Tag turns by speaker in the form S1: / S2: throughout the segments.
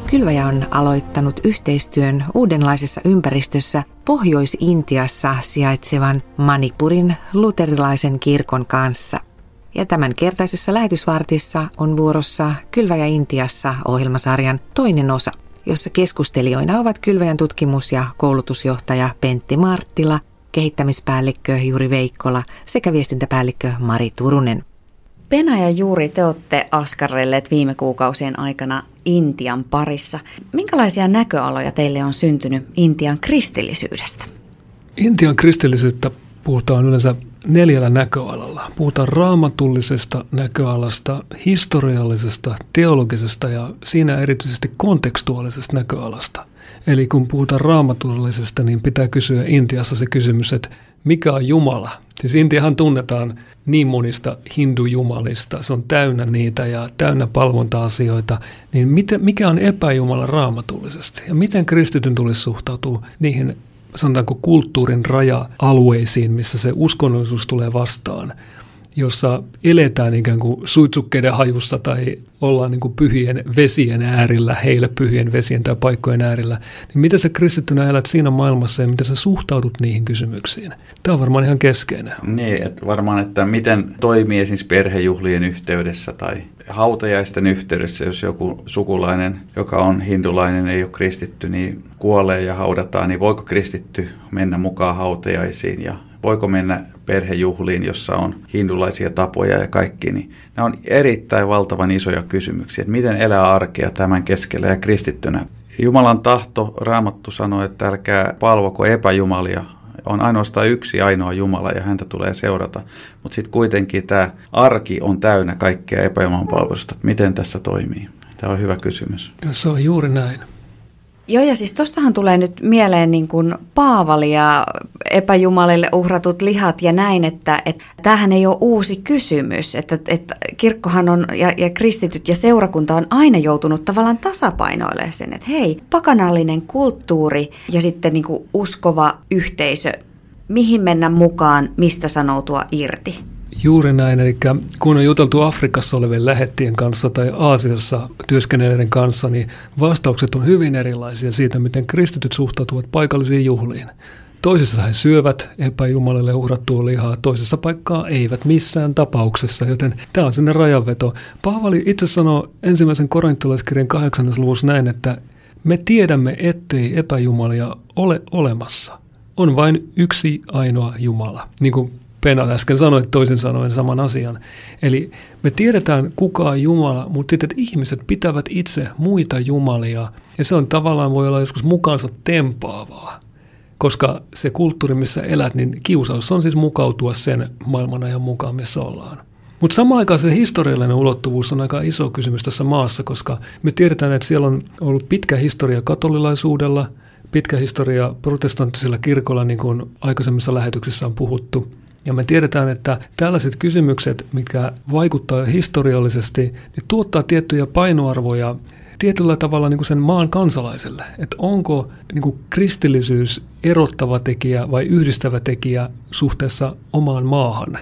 S1: Kylväjä on aloittanut yhteistyön uudenlaisessa ympäristössä Pohjois-Intiassa sijaitsevan Manipurin luterilaisen kirkon kanssa. Ja tämänkertaisessa lähetysvartissa on vuorossa Kylväjä Intiassa -ohjelmasarjan toinen osa, jossa keskustelijoina ovat Kylväjän tutkimus- ja koulutusjohtaja Pentti Marttila, kehittämispäällikkö Juri Veikkola sekä viestintäpäällikkö Mari Turunen.
S2: Pena ja Juri, te olette askarrelleet viime kuukausien aikana Intian parissa. Minkälaisia näköaloja teille on syntynyt Intian kristillisyydestä?
S3: Intian kristillisyyttä puhutaan yleensä 4 näköalalla. Puhutaan raamatullisesta näköalasta, historiallisesta, teologisesta ja siinä erityisesti kontekstuaalisesta näköalasta. Eli kun puhutaan raamatullisesta, niin pitää kysyä Intiassa se kysymys, että mikä on Jumala? Siis Intiahan tunnetaan niin monista hindujumalista, se on täynnä niitä ja täynnä palvonta-asioita, niin mikä on epäjumala raamatullisesti? Ja miten kristityn tulisi suhtautua niihin, sanotaanko kulttuurin raja-alueisiin, missä se uskonnollisuus tulee vastaan, jossa eletään ikään kuin suitsukkeiden hajussa tai ollaan niin kuin pyhien vesien äärillä, heille pyhien vesien tai paikkojen äärillä, niin miten sä kristittynä elät siinä maailmassa ja miten sä suhtaudut niihin kysymyksiin? Tämä on varmaan ihan keskeinen.
S4: Niin, että varmaan, että miten toimii esimerkiksi perhejuhlien yhteydessä tai hautajaisten yhteydessä, jos joku sukulainen, joka on hindulainen, ei ole kristitty, niin kuolee ja haudataan, niin voiko kristitty mennä mukaan hautajaisiin ja voiko mennä perhejuhliin, jossa on hindulaisia tapoja ja kaikki, niin nämä on erittäin valtavan isoja kysymyksiä, että miten elää arkea tämän keskellä ja kristittynä. Jumalan tahto, Raamattu sanoo, että älkää palvoko epäjumalia, on ainoastaan yksi ainoa Jumala ja häntä tulee seurata, mutta sitten kuitenkin tämä arki on täynnä kaikkea epäjumalan palvelusta, miten tässä toimii. Tämä on hyvä kysymys.
S3: Se on juuri näin.
S2: Joo, ja siis tostahan tulee nyt mieleen niin kuin Paavali ja epäjumalille uhratut lihat ja näin, että tämähän ei ole uusi kysymys, että kirkkohan on ja kristityt ja seurakunta on aina joutunut tavallaan tasapainoilemaan sen, että hei, pakanallinen kulttuuri ja sitten niin kuin uskova yhteisö, mihin mennä mukaan, mistä sanoutua irti.
S3: Juuri näin, eli kun on juteltu Afrikassa olevien lähettien kanssa tai Aasiassa työskennelleiden kanssa, niin vastaukset on hyvin erilaisia siitä, miten kristityt suhtautuvat paikallisiin juhliin. Toisissa he syövät epäjumalalle uhrattua lihaa, toisessa paikkaa eivät missään tapauksessa, joten tämä on sinne rajanveto. Paavali itse sanoo 1. Korintolaiskirjan 8. luvussa näin, että me tiedämme, ettei epäjumalia ole olemassa. On vain yksi ainoa Jumala, niin kuin Pena äsken sanoi toisin sanoen saman asian. Eli me tiedetään kuka on Jumala, mutta sitten ihmiset pitävät itse muita jumalia. Ja se on tavallaan voi olla joskus mukaansa tempaavaa. Koska se kulttuuri, missä elät, niin kiusaus on siis mukautua sen maailmanajan mukaan, missä ollaan. Mutta samaan aikaan se historiallinen ulottuvuus on aika iso kysymys tässä maassa, koska me tiedetään, että siellä on ollut pitkä historia katolilaisuudella, pitkä historia protestanttisella kirkolla, niin kuin aikaisemmissa lähetyksissä on puhuttu. Ja me tiedetään, että tällaiset kysymykset, mitkä vaikuttaa historiallisesti, niin tuottaa tiettyjä painoarvoja tietyllä tavalla niin kuin sen maan kansalaiselle. Että onko niin kuin kristillisyys erottava tekijä vai yhdistävä tekijä suhteessa omaan maahan.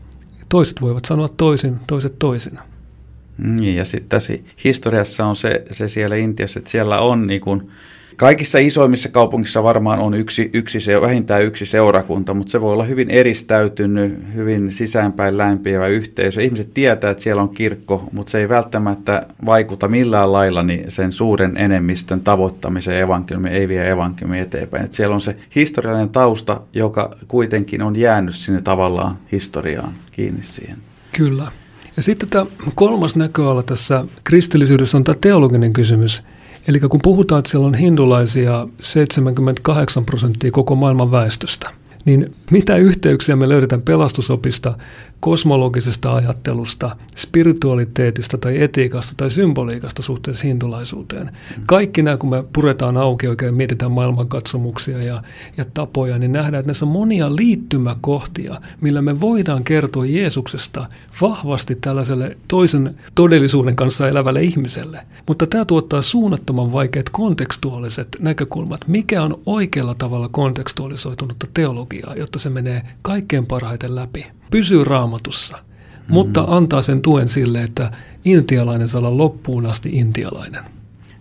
S3: Toiset voivat sanoa toisin, toiset toisin.
S4: Niin, ja sitten tässä historiassa on se siellä Intiassa, että siellä on niin kuin kaikissa isoimmissa kaupungissa varmaan on vähintään yksi seurakunta, mutta se voi olla hyvin eristäytynyt, hyvin sisäänpäin lämpiävä yhteisö. Ihmiset tietää, että siellä on kirkko, mutta se ei välttämättä vaikuta millään lailla niin sen suuren enemmistön tavoittamiseen evankeliumi ei vie evankeliumi eteenpäin. Että siellä on se historiallinen tausta, joka kuitenkin on jäänyt sinne tavallaan historiaan kiinni siihen.
S3: Kyllä. Ja sitten tämä kolmas näköala tässä kristillisyydessä on tämä teologinen kysymys. Eli kun puhutaan, että siellä on hindulaisia 78% koko maailman väestöstä, niin mitä yhteyksiä me löydetään pelastusopista, kosmologisesta ajattelusta, spiritualiteetista tai etiikasta tai symboliikasta suhteessa hindulaisuuteen. Kaikki nämä, kun me puretaan auki oikein mietitään maailmankatsomuksia ja tapoja, niin nähdään, että näissä on monia liittymäkohtia, millä me voidaan kertoa Jeesuksesta vahvasti tällaiselle toisen todellisuuden kanssa elävälle ihmiselle. Mutta tämä tuottaa suunnattoman vaikeat kontekstuaaliset näkökulmat. Mikä on oikealla tavalla kontekstualisoitunutta teologiaa, jotta se menee kaikkein parhaiten läpi? Pysyy Raamatussa, mutta antaa sen tuen sille, että intialainen saa olla loppuun asti intialainen.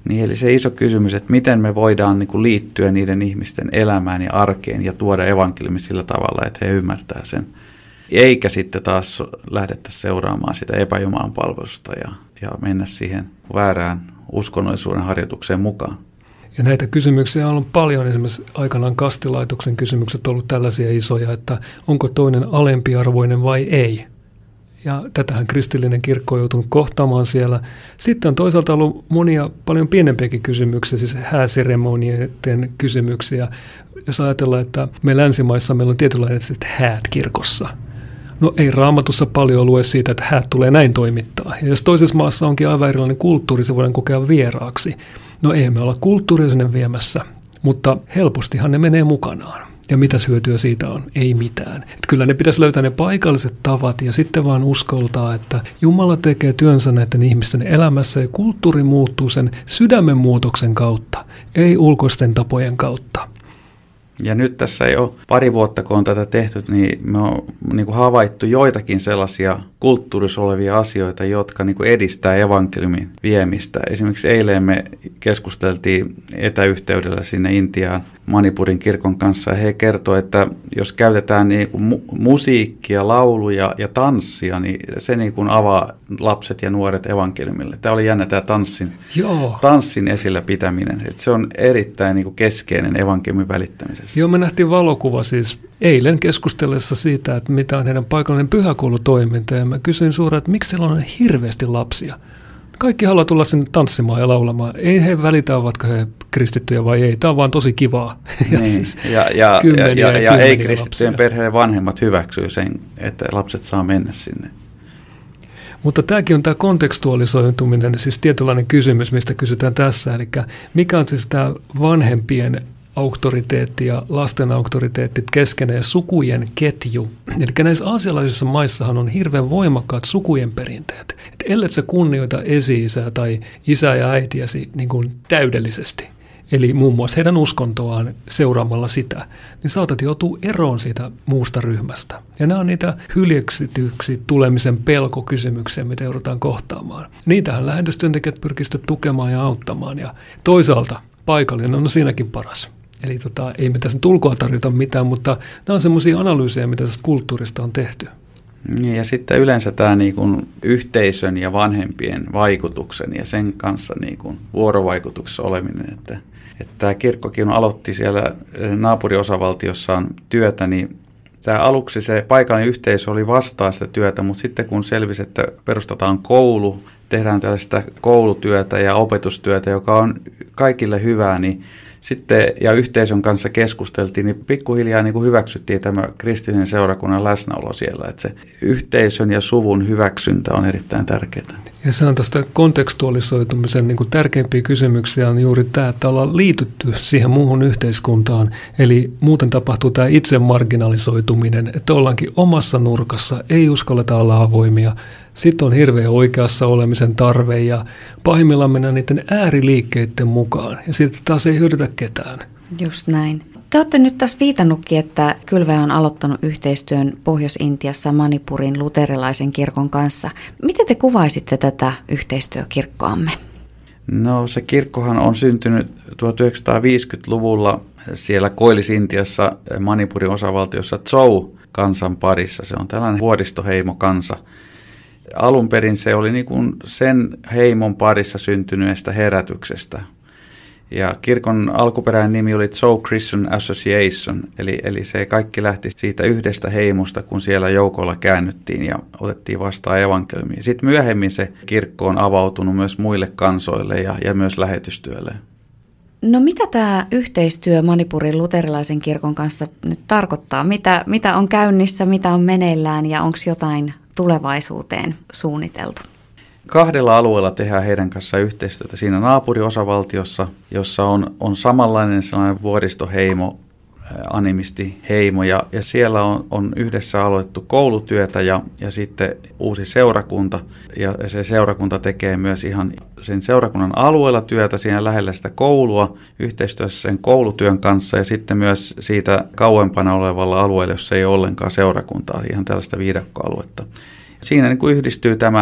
S4: Niin eli se iso kysymys, että miten me voidaan niin kuin liittyä niiden ihmisten elämään ja arkeen ja tuoda evankeliumi sillä tavalla, että he ymmärtää sen. Eikä sitten taas lähdettäisiin seuraamaan sitä epäjumalan palvelusta ja mennä siihen väärään uskonnollisuuden harjoitukseen mukaan.
S3: Ja näitä kysymyksiä on ollut paljon. Esimerkiksi aikanaan Kastilaitoksen kysymykset on ollut tällaisia isoja, että onko toinen alempiarvoinen vai ei. Ja tätähän kristillinen kirkko on joutunut kohtaamaan siellä. Sitten on toisaalta ollut monia paljon pienempiäkin kysymyksiä, siis hääseremonioiden kysymyksiä. Jos ajatellaan, että me länsimaissa meillä on tietynlaiset häät kirkossa. No ei Raamatussa paljon lue siitä, että häät tulee näin toimittaa. Ja jos toisessa maassa onkin aivan erilainen kulttuuri, se voidaan kokea vieraaksi. No ei me olla kulttuuria sinne viemässä, mutta helpostihan ne menee mukanaan. Ja mitäs hyötyä siitä on? Ei mitään. Et kyllä ne pitäisi löytää ne paikalliset tavat ja sitten vaan uskoltaa, että Jumala tekee työnsä näiden ihmisten elämässä ja kulttuuri muuttuu sen sydämen muutoksen kautta, ei ulkoisten tapojen kautta.
S4: Ja nyt tässä ei ole pari vuotta, kun on tätä tehty, niin me on niin kuin havaittu joitakin sellaisia kulttuurissa olevia asioita, jotka niin kuin edistää evankeliumin viemistä. Esimerkiksi eilen me keskusteltiin etäyhteydellä sinne Intiaan Manipurin kirkon kanssa. He kertoi, että jos käytetään niin kuin musiikkia, lauluja ja tanssia, niin se niin kuin avaa lapset ja nuoret evankeliumille. Tämä oli jännä tämä tanssin esillä pitäminen. Että se on erittäin niin kuin keskeinen evankeliumin välittämisessä.
S3: Joo, me nähtiin valokuva siis eilen keskustellessa siitä, että mitä on heidän paikallinen pyhäkoulutoiminta. Ja mä kysyin suoraan, että miksi siellä on hirveästi lapsia. Kaikki haluaa tulla sinne tanssimaan ja laulamaan. Ei he välitä, ovatko he kristittyjä vai ei. Tämä on vaan tosi kivaa.
S4: Ja, niin. Siis ja ei kristittyjen perheiden vanhemmat hyväksyy sen, että lapset saa mennä sinne.
S3: Mutta tämäkin on tämä kontekstualisoituminen, siis tietynlainen kysymys, mistä kysytään tässä. Eli mikä on siis tämä vanhempien auktoriteetti ja lasten auktoriteetti keskenään ja sukujen ketju. Eli näissä aasialaisissa maissahan on hirveän voimakkaat sukujen perinteet. Et ellet sä kunnioita esi-isää tai isää ja äitiäsi niin kuin täydellisesti, eli muun muassa heidän uskontoaan seuraamalla sitä, niin saatat joutua eroon siitä muusta ryhmästä. Ja nämä on niitä hyljeksityksi tulemisen pelkokysymyksiä, mitä joudutaan kohtaamaan. Niitähän lähetystyöntekijät pyrkisivät tukemaan ja auttamaan. Ja toisaalta paikallinen on siinäkin paras. Eli ei me tässä ulkoa tarjota mitään, mutta nämä on semmoisia analyysejä, mitä tästä kulttuurista on tehty.
S4: Niin, ja sitten yleensä tämä niin kuin yhteisön ja vanhempien vaikutuksen ja sen kanssa niin kuin vuorovaikutuksessa oleminen. Että tämä kirkkokin aloitti siellä naapuriosavaltiossaan työtä, niin tämä aluksi se paikallinen yhteisö oli vastaan sitä työtä, mutta sitten kun selvisi, että perustetaan koulu, tehdään tällaista koulutyötä ja opetustyötä, joka on kaikille hyvää, niin sitten, ja yhteisön kanssa keskusteltiin, niin pikkuhiljaa niin kuin hyväksyttiin tämä kristillinen seurakunnan läsnäolo siellä. Että se yhteisön ja suvun hyväksyntä on erittäin tärkeää.
S3: Ja se on tästä kontekstualisoitumisen niin kuin tärkeimpiä kysymyksiä on juuri tämä, että ollaan liitytty siihen muuhun yhteiskuntaan. Eli muuten tapahtuu tämä itse marginalisoituminen, että ollaankin omassa nurkassa, ei uskalleta olla avoimia. Sitten on hirveä oikeassa olemisen tarve ja pahimmillaan mennään niiden ääriliikkeiden mukaan ja sitten taas ei hyödytä ketään.
S2: Just näin. Te olette nyt tässä viitannutkin, että Kylväjä on aloittanut yhteistyön Pohjois-Intiassa Manipurin luterilaisen kirkon kanssa. Miten te kuvaisitte tätä yhteistyökirkkoamme?
S4: No se kirkkohan on syntynyt 1950-luvulla siellä Koillis-Intiassa Manipurin osavaltiossa Zhou-kansan parissa. Se on tällainen vuoristoheimokansa. Alun perin se oli niin kuin sen heimon parissa syntyneestä herätyksestä. Ja kirkon alkuperäinen nimi oli Zhou Christian Association, eli se kaikki lähti siitä yhdestä heimosta, kun siellä joukolla käännyttiin ja otettiin vastaan evankeliumia. Sitten myöhemmin se kirkko on avautunut myös muille kansoille ja myös lähetystyölle.
S2: No mitä tämä yhteistyö Manipurin luterilaisen kirkon kanssa nyt tarkoittaa? Mitä on käynnissä, mitä on meneillään ja onko jotain tulevaisuuteen suunniteltu?
S4: 2 alueella tehdään heidän kanssaan yhteistyötä. Siinä naapuriosavaltiossa, jossa on samanlainen sellainen vuoristoheimo, animistiheimo, ja siellä on yhdessä aloitettu koulutyötä ja sitten uusi seurakunta. Ja se seurakunta tekee myös ihan sen seurakunnan alueella työtä siinä lähellä sitä koulua, yhteistyössä sen koulutyön kanssa ja sitten myös siitä kauempana olevalla alueella, jossa ei ole ollenkaan seurakuntaa, ihan tällaista viidakkoaluetta. Siinä niin kuin yhdistyy tämä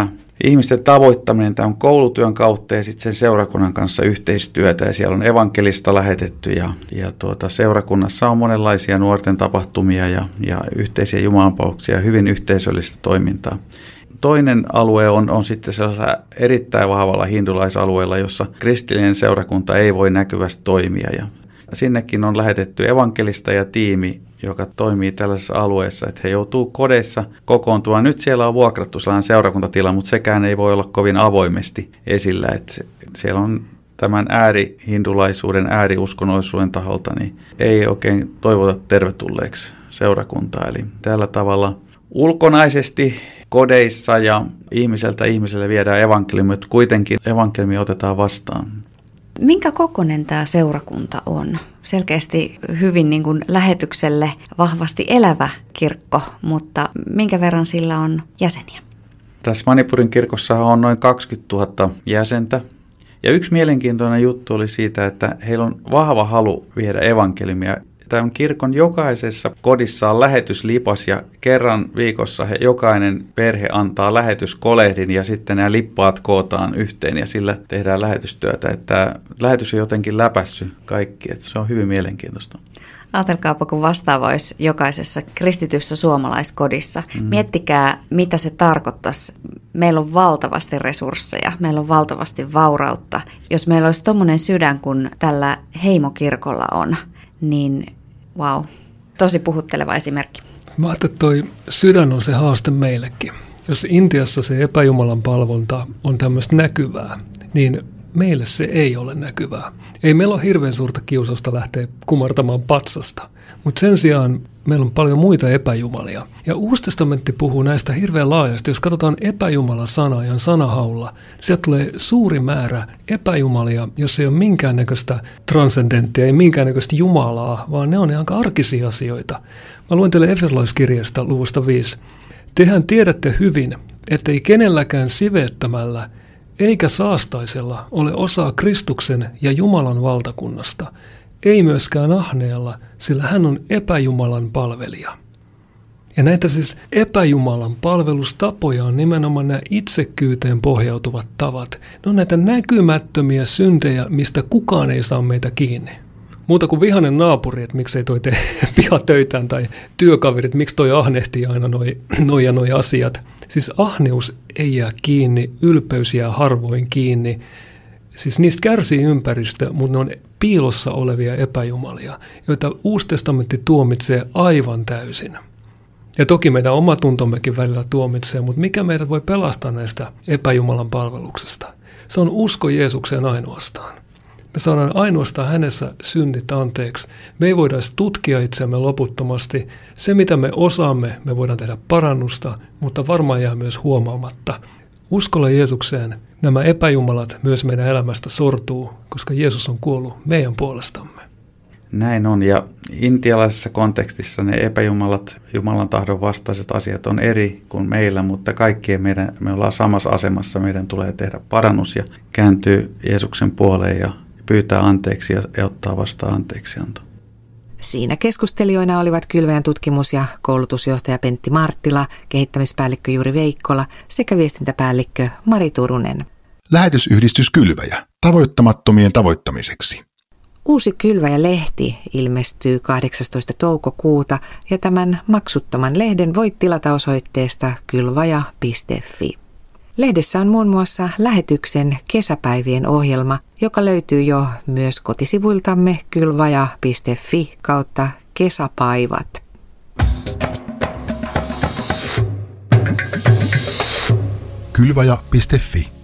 S4: ihmisten tavoittaminen tämän koulutyön kautta ja sitten sen seurakunnan kanssa yhteistyötä. Ja siellä on evankelista lähetetty ja seurakunnassa on monenlaisia nuorten tapahtumia ja yhteisiä jumalanpalveluksia ja hyvin yhteisöllistä toimintaa. Toinen alue on sitten sellaisella erittäin vahvalla hindulaisalueella, jossa kristillinen seurakunta ei voi näkyvästi toimia. Ja sinnekin on lähetetty evankelista ja tiimi, joka toimii tällaisessa alueessa, että he joutuu kodeissa kokoontumaan. Nyt siellä on vuokrattu sellainen seurakuntatila, mutta sekään ei voi olla kovin avoimesti esillä. Että siellä on tämän äärihindulaisuuden, ääriuskonnollisuuden taholta, niin ei oikein toivota tervetulleeksi seurakuntaa. Eli tällä tavalla ulkonaisesti kodeissa ja ihmiseltä ihmiselle viedään evankeliumi, mutta kuitenkin evankeliumi otetaan vastaan.
S2: Minkä kokoinen tämä seurakunta on? Selkeästi hyvin niin kuin lähetykselle vahvasti elävä kirkko, mutta minkä verran sillä on jäseniä?
S4: Tässä Manipurin kirkossa on noin 20 000 jäsentä. Ja yksi mielenkiintoinen juttu oli siitä, että heillä on vahva halu viedä evankeliumia. Tämän kirkon jokaisessa kodissa on lähetyslipas ja kerran viikossa jokainen perhe antaa lähetyskolehdin ja sitten nämä lippaat kootaan yhteen ja sillä tehdään lähetystyötä. Että lähetys on jotenkin läpässyt kaikki, että se on hyvin mielenkiintoista.
S2: Ajatelkaapa, kun vastaava olisi jokaisessa kristityssä suomalaiskodissa. Miettikää, mitä se tarkoittaisi. Meillä on valtavasti resursseja, meillä on valtavasti vaurautta. Jos meillä olisi tommoinen sydän kuin tällä heimokirkolla on, niin vau, tosi puhutteleva esimerkki.
S3: Mä ajattelin, että toi sydän on se haaste meillekin. Jos Intiassa se epäjumalan palvonta on tämmöistä näkyvää, niin meille se ei ole näkyvää. Ei meillä ole hirveän suurta kiusausta lähteä kumartamaan patsasta, mutta sen sijaan meillä on paljon muita epäjumalia. Ja Uusi testamentti puhuu näistä hirveän laajasti. Jos katsotaan epäjumalan sanaa ja sanahaulla, sieltä tulee suuri määrä epäjumalia, jos ei ole minkäännäköistä transcendenttia, ei minkäännäköistä jumalaa, vaan ne on ihan arkisia asioita. Mä luen teille Efesolaiskirjasta luvusta 5. Tehän tiedätte hyvin, ettei kenelläkään siveettömällä eikä saastaisella ole osaa Kristuksen ja Jumalan valtakunnasta, ei myöskään ahneella, sillä hän on epäjumalan palvelija. Ja näitä siis epäjumalan palvelustapoja on nimenomaan nämä itsekkyyteen pohjautuvat tavat. Ne on näitä näkymättömiä syntejä, mistä kukaan ei saa meitä kiinni. Muuta kuin vihainen naapuri, että miksei toi tee pihatöitään, tai työkaverit, miksi toi ahnehtii aina noi asiat. Siis ahneus ei jää kiinni, ylpeys jää harvoin kiinni. Siis niistä kärsii ympäristö, mutta ne on piilossa olevia epäjumalia, joita Uusi testamentti tuomitsee aivan täysin. Ja toki meidän omatuntommekin välillä tuomitsee, mutta mikä meidät voi pelastaa näistä epäjumalan palveluksesta? Se on usko Jeesukseen ainoastaan. Me saadaan ainoastaan hänessä synnit anteeksi. Me ei voida edes tutkia itseämme loputtomasti. Se, mitä me osaamme, me voidaan tehdä parannusta, mutta varmaan jää myös huomaamatta. Uskolla Jeesukseen nämä epäjumalat myös meidän elämästä sortuu, koska Jeesus on kuollut meidän puolestamme.
S4: Näin on, ja intialaisessa kontekstissa ne epäjumalat, Jumalan tahdon vastaiset asiat on eri kuin meillä, mutta kaikkien me ollaan samassa asemassa. Meidän tulee tehdä parannus ja kääntyä Jeesuksen puoleen ja pyytää anteeksi ja ottaa vastaan anteeksianto.
S1: Siinä keskustelijoina olivat Kylväjän tutkimus- ja koulutusjohtaja Pentti Marttila, kehittämispäällikkö Juri Veikkola sekä viestintäpäällikkö Mari Turunen.
S5: Lähetysyhdistys Kylväjä. Tavoittamattomien tavoittamiseksi.
S1: Uusi Kylväjä-lehti ilmestyy 18. toukokuuta ja tämän maksuttoman lehden voit tilata osoitteesta kylvaja.fi. Lehdessä on muun muassa lähetyksen kesäpäivien ohjelma, joka löytyy jo myös kotisivuiltamme kylvaja.fi/kesäpaivat.
S5: Kylvaja.fi